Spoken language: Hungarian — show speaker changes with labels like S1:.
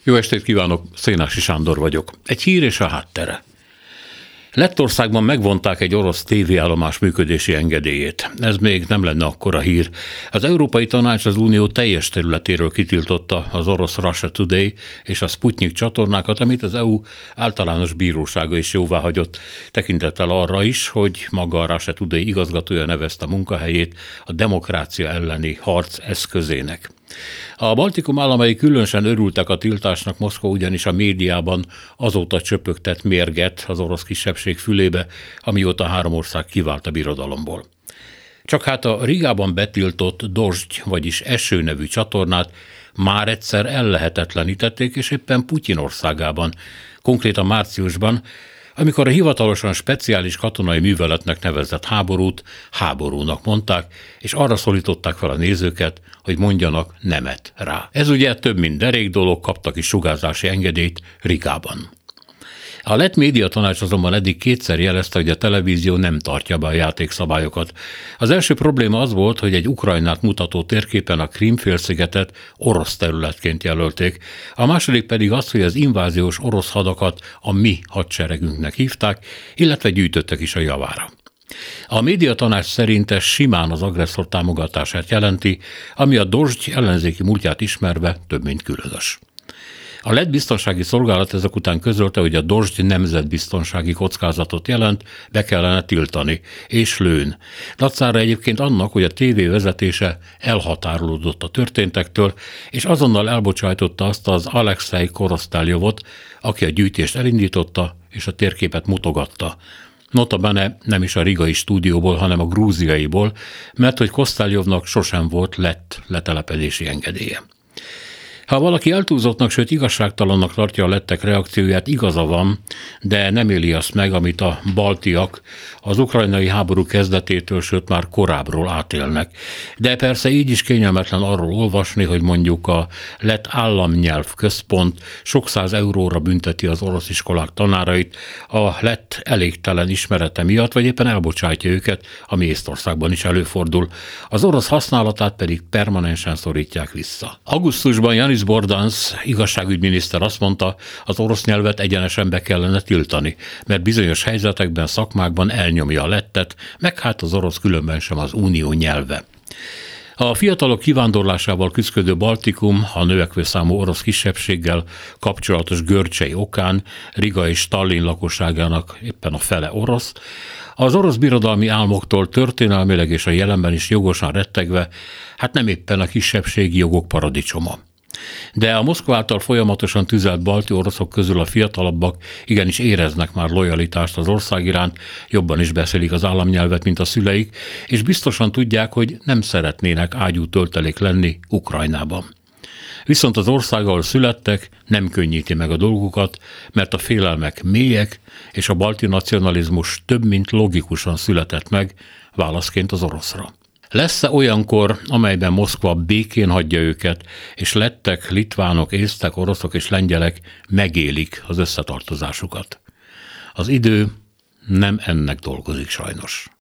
S1: Jó estét kívánok, Szénási Sándor vagyok. Egy hír és a háttere. Lettországban megvonták egy orosz tévéállomás működési engedélyét. Ez még nem lenne akkora hír. Az Európai Tanács az Unió teljes területéről kitiltotta az orosz Russia Today és a Sputnik csatornákat, amit az EU általános bírósága is jóváhagyott, tekintettel arra is, hogy maga a Russia Today igazgatója nevezte munkahelyét a demokrácia elleni harc eszközének. A Baltikum államai különösen örültek a tiltásnak, Moszkva ugyanis a médiában azóta csöpögtett mérget az orosz kisebbség fülébe, amióta három ország kivált a birodalomból. Csak hát a Rigában betiltott Dozsgy, vagyis Eső nevű csatornát már egyszer ellehetetlenítették, és éppen Putyin országában, konkrétan márciusban, amikor a hivatalosan speciális katonai műveletnek nevezett háborút háborúnak mondták, és arra szólították fel a nézőket, hogy mondjanak nemet rá. Ez ugye több mint derék dolog, kaptak is sugárzási engedélyt Rigában. A lett médiatanács azonban eddig kétszer jelezte, hogy a televízió nem tartja be a játékszabályokat. Az első probléma az volt, hogy egy Ukrajnát mutató térképen a Krím-félszigetet orosz területként jelölték. A második pedig az, hogy az inváziós orosz hadakat a mi hadseregünknek hívták, illetve gyűjtöttek is a javára. A médiatanács szerint ez simán az agresszor támogatását jelenti, ami a Dozsgy ellenzéki múltját ismerve több mint különös. A lett biztonsági szolgálat ezek után közölte, hogy a Dozsgy nemzetbiztonsági kockázatot jelent, be kellene tiltani, és lőn. Dacára egyébként annak, hogy a tévé vezetése elhatárolódott a történtektől, és azonnal elbocsájtotta azt az Alexei Korosztályovot, aki a gyűjtést elindította, és a térképet mutogatta. Notabene nem is a rigai stúdióból, hanem a grúziaiból, mert hogy Kosztályovnak sosem volt lett letelepedési engedélye. Ha valaki eltúlzottnak, sőt igazságtalannak tartja a lettek reakcióját, igaza van, de nem éli azt meg, amit a baltiak az ukrajnai háború kezdetétől, sőt már korábbról átélnek. De persze így is kényelmetlen arról olvasni, hogy mondjuk a lett államnyelv központ sok száz euróra bünteti az orosz iskolák tanárait a lett elégtelen ismerete miatt, vagy éppen elbocsátja őket, ami Észtországban is előfordul. Az orosz használatát pedig permanensen szorítják vissza. Augusztusban Janis Bordans igazságügyminiszter azt mondta, az orosz nyelvet egyenesen be kellene tiltani, mert bizonyos helyzetekben, szakmákban elnyomja a lettet, meg hát az orosz különben sem az unió nyelve. A fiatalok kivándorlásával küzdő Baltikum a növekvő számú orosz kisebbséggel kapcsolatos görcsei okán Riga és Tallinn lakosságának éppen a fele orosz, az orosz birodalmi álmoktól történelmileg és a jelenben is jogosan rettegve, hát nem éppen a kisebbségi jogok paradicsoma. De a Moszkva által folyamatosan tüzelt balti oroszok közül a fiatalabbak igenis éreznek már lojalitást az ország iránt, jobban is beszélik az államnyelvet, mint a szüleik, és biztosan tudják, hogy nem szeretnének ágyú töltelék lenni Ukrajnában. Viszont az ország, ahol születtek, nem könnyíti meg a dolgukat, mert a félelmek mélyek, és a balti nacionalizmus több mint logikusan született meg válaszként az oroszra. Lesz-e olyankor, amelyben Moszkva békén hagyja őket, és lettek, litvánok, észtek, oroszok és lengyelek megélik az összetartozásukat? Az idő nem ennek dolgozik sajnos.